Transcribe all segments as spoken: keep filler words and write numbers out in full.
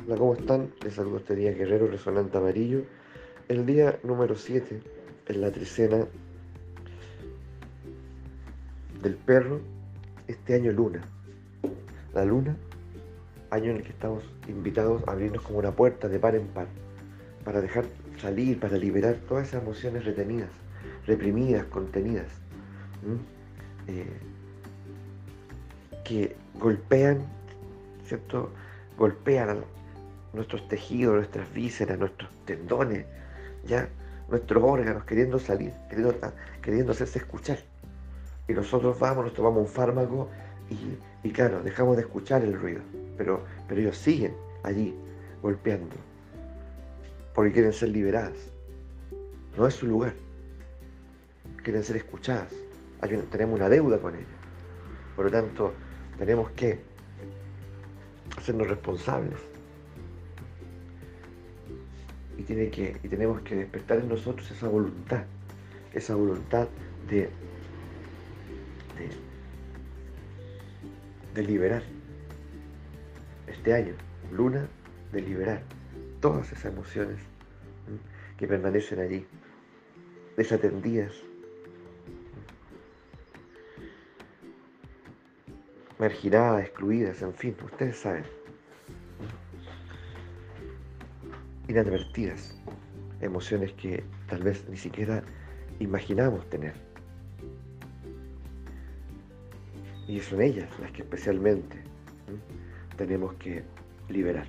Hola, ¿cómo están? Les saludo este día Guerrero Resonante Amarillo. El día número siete en la trecena del perro, este año luna. La luna, año en el que estamos invitados a abrirnos como una puerta de par en par, para dejar salir, para liberar todas esas emociones retenidas, reprimidas, contenidas, ¿m? Eh, que golpean, ¿cierto? Golpean a nuestros tejidos, nuestras vísceras, nuestros tendones, ya nuestros órganos queriendo salir, queriendo, queriendo hacerse escuchar. Y nosotros vamos, nos tomamos un fármaco y, y claro, dejamos de escuchar el ruido, pero, pero ellos siguen allí golpeando, porque quieren ser liberadas. No es su lugar, quieren ser escuchadas. Hay un- tenemos una deuda con ellos. Por lo tanto, tenemos que hacernos responsables y, tiene que, y tenemos que despertar en nosotros esa voluntad, esa voluntad de, de, de liberar este año, luna, de liberar todas esas emociones, ¿m? que permanecen allí, desatendidas, marginadas, excluidas, en fin, ustedes saben, inadvertidas, emociones que tal vez ni siquiera imaginamos tener. Y son ellas las que especialmente, ¿m? tenemos que liberar.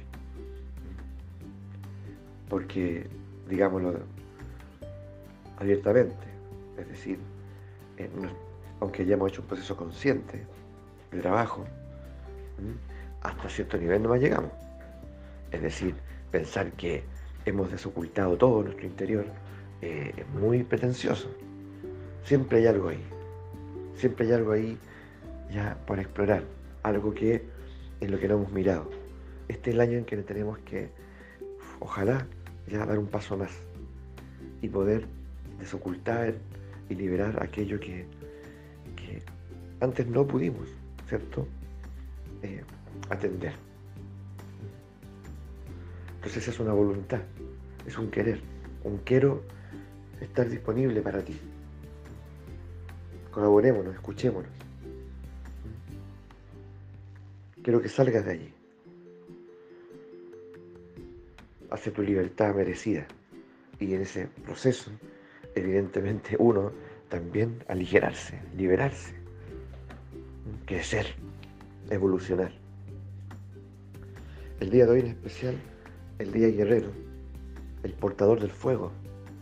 Porque, digámoslo abiertamente, es decir, eh, no- aunque hayamos hecho un proceso consciente de trabajo, ¿m? hasta cierto nivel no más llegamos. Es decir, pensar que hemos desocultado todo nuestro interior eh, es muy pretencioso. Siempre hay algo ahí, siempre hay algo ahí ya por explorar, algo que es lo que no hemos mirado. Este es el año en que tenemos que, ojalá, ya dar un paso más y poder desocultar y liberar aquello que, que antes no pudimos, ¿cierto? Eh, atender. Entonces es una voluntad, es un querer, un quiero estar disponible para ti. Colaborémonos, escuchémonos. Quiero que salgas de allí, hacia tu libertad merecida. Y en ese proceso, evidentemente, uno también aligerarse, liberarse, crecer, evolucionar. El día de hoy en especial, el día guerrero, el portador del fuego,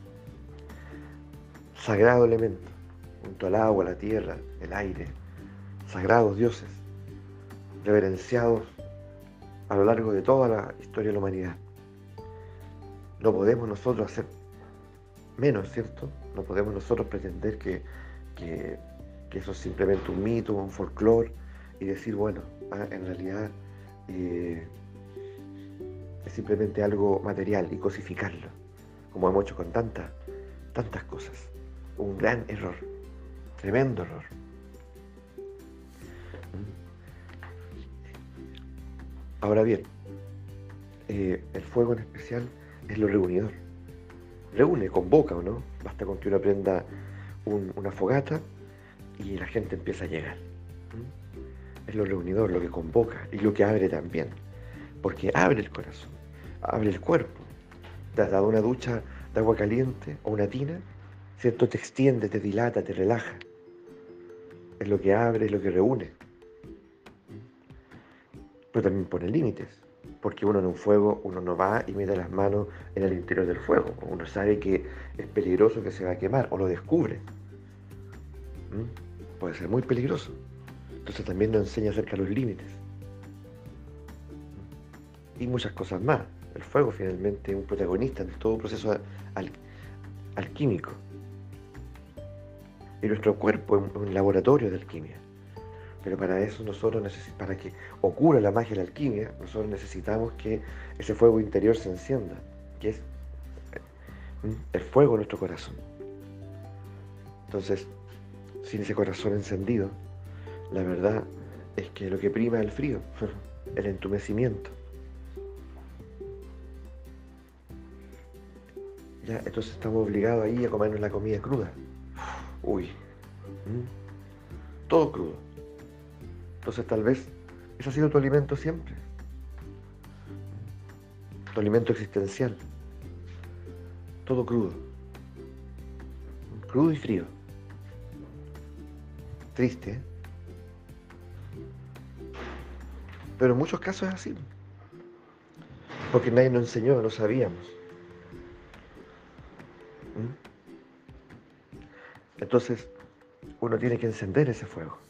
sagrado elemento, junto al agua, la tierra, el aire, sagrados dioses, reverenciados a lo largo de toda la historia de la humanidad. No podemos nosotros hacer menos, ¿cierto? No podemos nosotros pretender que, que, que eso es simplemente un mito, un folclore, y decir, bueno, ah, en realidad eh, es simplemente algo material y cosificarlo, como hemos hecho con tantas, tantas cosas. Un gran error, tremendo error. Ahora bien, eh, el fuego en especial es lo reunidor. Reúne, convoca, ¿o no? Basta con que uno prenda un- una fogata y la gente empieza a llegar. ¿Mm? Es lo reunidor, lo que convoca y lo que abre también. Porque abre el corazón, abre el cuerpo. Te has dado una ducha de agua caliente o una tina, ¿cierto? Te extiende, te dilata, te relaja. Es lo que abre, es lo que reúne. Pero también pone límites. Porque uno en un fuego, uno no va y mete las manos en el interior del fuego. Uno sabe que es peligroso, que se va a quemar, o lo descubre. ¿Mm? Puede ser muy peligroso. Entonces también nos enseña acerca de los límites. Y muchas cosas más. El fuego finalmente es un protagonista en todo proceso al- alquímico. Y nuestro cuerpo es un, un laboratorio de alquimia. Pero para eso nosotros necesitamos, para que ocurra la magia de la alquimia, nosotros necesitamos que ese fuego interior se encienda, que es ¿m? el fuego de nuestro corazón. Entonces, sin ese corazón encendido, la verdad es que lo que prima es el frío, el entumecimiento. Ya, entonces estamos obligados ahí a comernos la comida cruda. Uy, ¿m? Todo crudo. Entonces tal vez ese ha sido tu alimento siempre, tu alimento existencial. Todo crudo, crudo y frío. Triste, ¿eh? Pero en muchos casos es así, porque nadie nos enseñó, no sabíamos. ¿Mm? Entonces, uno tiene que encender ese fuego.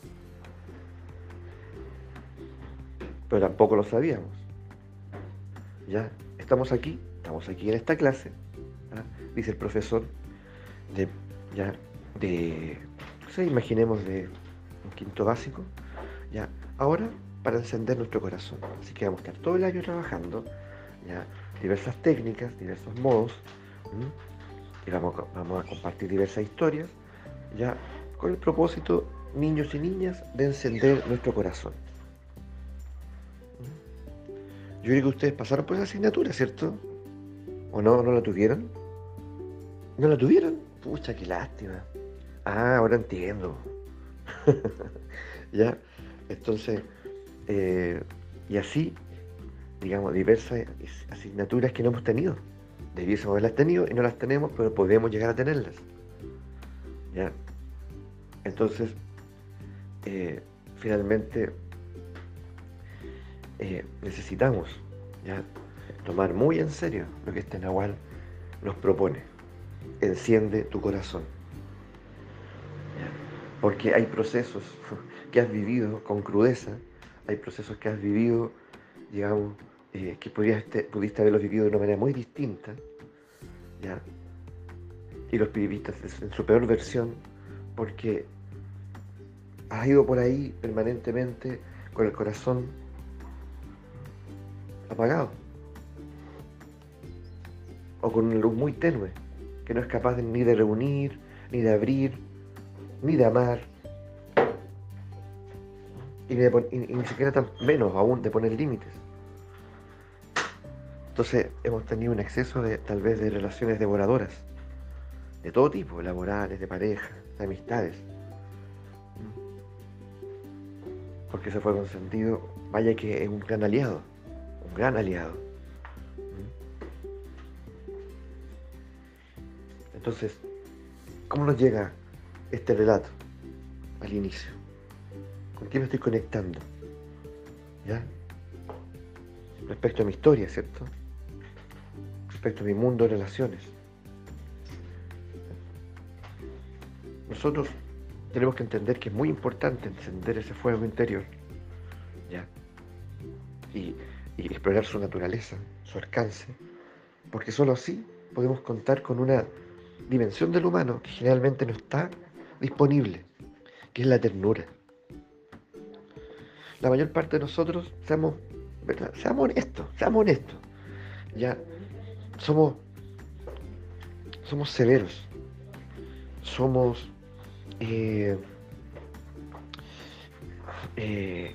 Pero tampoco lo sabíamos. Ya, estamos aquí, estamos aquí en esta clase, ¿ah? Dice el profesor, de, ya, de, no sé, imaginemos de un quinto básico, ya, ahora para encender nuestro corazón. Así que vamos a estar todo el año trabajando, ya, diversas técnicas, diversos modos, ¿m? Y vamos, vamos a compartir diversas historias, ya, con el propósito, niños y niñas, de encender nuestro corazón. ¿Mm? Yo creo que ustedes pasaron por esa asignatura, ¿cierto? ¿O no? ¿No la tuvieron? ¿No la tuvieron? Pucha, qué lástima. Ah, ahora entiendo. ¿Ya? Entonces, eh, y así, digamos, diversas asignaturas que no hemos tenido. Debiésemos haberlas tenido y no las tenemos, pero podemos llegar a tenerlas. ¿Ya? Entonces, eh, finalmente, eh, necesitamos, ¿ya?, tomar muy en serio lo que este Nahual nos propone. Enciende tu corazón. ¿Ya? Porque hay procesos que has vivido con crudeza, hay procesos que has vivido, digamos, eh, que pudiste, pudiste haberlos vivido de una manera muy distinta, ¿ya? Y los viviste en su peor versión, porque has ido por ahí permanentemente con el corazón apagado, o con una luz muy tenue, que no es capaz de, ni de reunir, ni de abrir, ni de amar, y, de, y, y ni siquiera tan menos aún de poner límites. Entonces hemos tenido un exceso de, tal vez, de relaciones devoradoras, de todo tipo, laborales, de pareja, de amistades. Porque ese fue consentido, vaya que es un gran aliado, un gran aliado. Entonces, ¿cómo nos llega este relato al inicio? ¿Con quién me estoy conectando? ¿Ya? Respecto a mi historia, ¿cierto? Respecto a mi mundo de relaciones. Nosotros tenemos que entender que es muy importante encender ese fuego interior, ¿ya? Y, y explorar su naturaleza, su alcance, porque solo así podemos contar con una dimensión del humano que generalmente no está disponible, que es la ternura. La mayor parte de nosotros, seamos, ¿verdad?, seamos honestos, seamos honestos, ya, somos, somos severos, somos, eh, eh,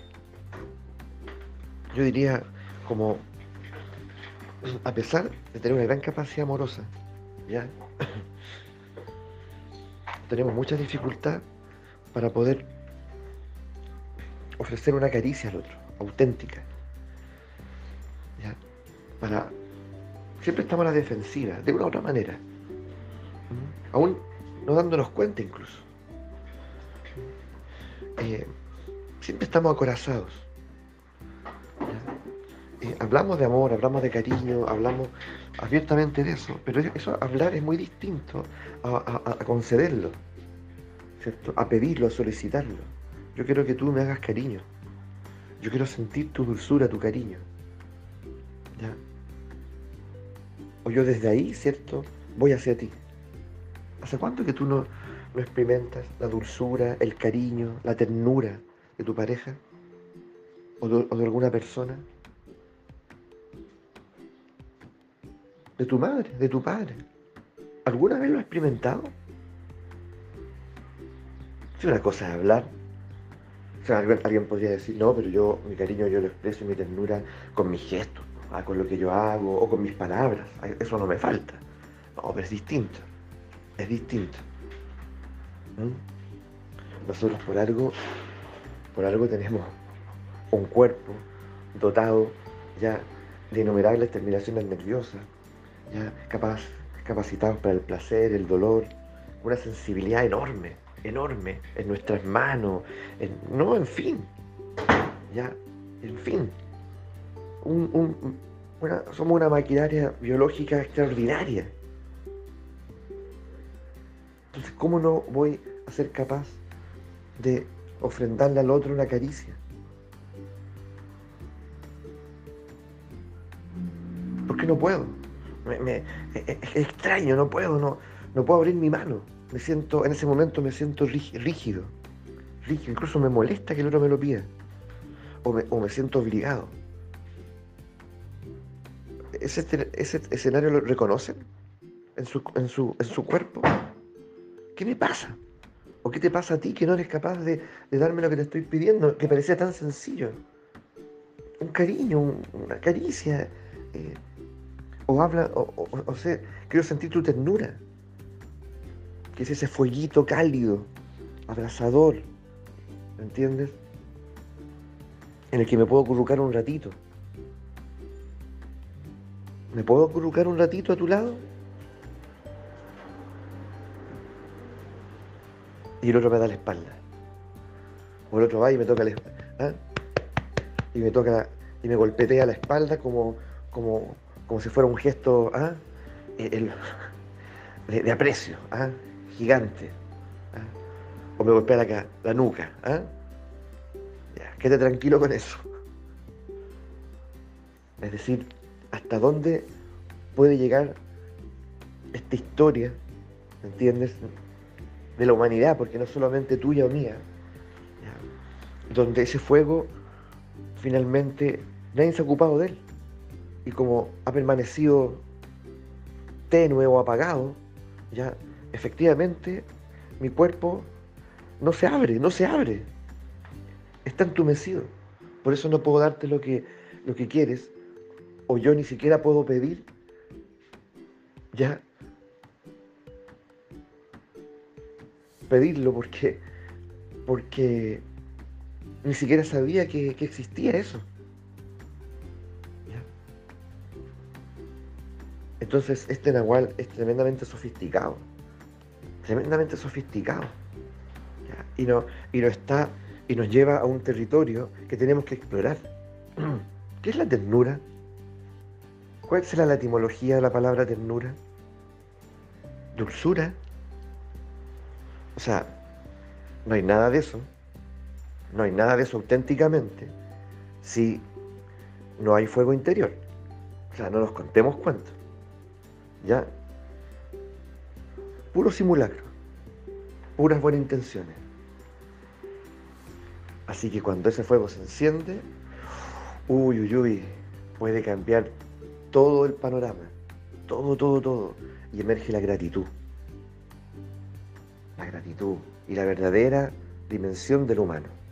yo diría, como, a pesar de tener una gran capacidad amorosa, ya, tenemos mucha dificultad para poder ofrecer una caricia al otro, auténtica, ¿ya? Para, siempre estamos a la defensiva, de una u otra manera, ¿Mm? aún no dándonos cuenta incluso. Eh, siempre estamos acorazados, ¿ya? Eh, hablamos de amor, hablamos de cariño, hablamos abiertamente de eso, pero eso, hablar, es muy distinto a, a, a concederlo, ¿cierto?, a pedirlo, a solicitarlo. Yo quiero que tú me hagas cariño. Yo quiero sentir tu dulzura, tu cariño. ¿Ya? O yo desde ahí, ¿cierto?, voy hacia ti. ¿Hace cuánto que tú no, no experimentas la dulzura, el cariño, la ternura de tu pareja? ¿O de, o de alguna persona? ¿De tu madre? ¿De tu padre? ¿Alguna vez lo has experimentado? Si una cosa es hablar. O sea, alguien, alguien podría decir, no, pero yo, mi cariño, yo lo expreso, mi ternura con mis gestos, ¿no?, ah, con lo que yo hago, o con mis palabras. Eso no me falta. No, pero es distinto, es distinto. ¿Mm? Nosotros por algo, por algo tenemos un cuerpo dotado ya de innumerables terminaciones nerviosas, ya capaz, capacitados para el placer, el dolor, una sensibilidad enorme, enorme en nuestras manos, en, no, en fin, ya, en fin, un, un, una, somos una maquinaria biológica extraordinaria. Entonces, ¿cómo no voy a ser capaz de ofrendarle al otro una caricia? ¿Por qué no puedo? Me, me, es, es extraño, no puedo, no, no puedo abrir mi mano. Me siento, en ese momento me siento rígido, rígido, incluso me molesta que el otro me lo pida. O me, o me siento obligado. ¿Ese, ese escenario lo reconocen en su, en, su, en su cuerpo? ¿Qué me pasa? ¿O qué te pasa a ti que no eres capaz de, de darme lo que te estoy pidiendo? Que parece tan sencillo. Un cariño, un, una caricia. Eh, o habla, o, o, o sea, quiero sentir tu ternura. Que es ese fueguito cálido, abrazador. ¿Me entiendes? En el que me puedo acurrucar un ratito. ¿Me puedo acurrucar un ratito a tu lado? Y el otro me da la espalda. O el otro va y me toca la espalda. ¿Ah? Y me toca, y me golpetea la espalda como, como, como si fuera un gesto, ¿ah? El, de, de aprecio, ¿ah? Gigante. ¿Ah? O me golpea la, la nuca. ¿Ah? Ya, quédate tranquilo con eso. Es decir, hasta dónde puede llegar esta historia, ¿entiendes?, de la humanidad, porque no solamente tuya o mía, ¿ya?, donde ese fuego finalmente nadie se ha ocupado de él, y como ha permanecido tenue o apagado, ya efectivamente mi cuerpo no se abre, no se abre, está entumecido. Por eso no puedo darte lo que, lo que quieres, o yo ni siquiera puedo pedir, ya, pedirlo porque, porque ni siquiera sabía que, que existía eso. ¿Ya? Entonces este nahual es tremendamente sofisticado, tremendamente sofisticado, ¿ya? Y, no, y, no está, y nos lleva a un territorio que tenemos que explorar. ¿Qué es la ternura? ¿Cuál será la etimología de la palabra ternura? Dulzura. O sea, no hay nada de eso, no hay nada de eso auténticamente, si no hay fuego interior. O sea, no nos contemos cuentos, ¿ya? Puro simulacro, puras buenas intenciones. Así que cuando ese fuego se enciende, uy, uy, uy, puede cambiar todo el panorama, todo, todo, todo, y emerge la gratitud. La gratitud y la verdadera dimensión del humano.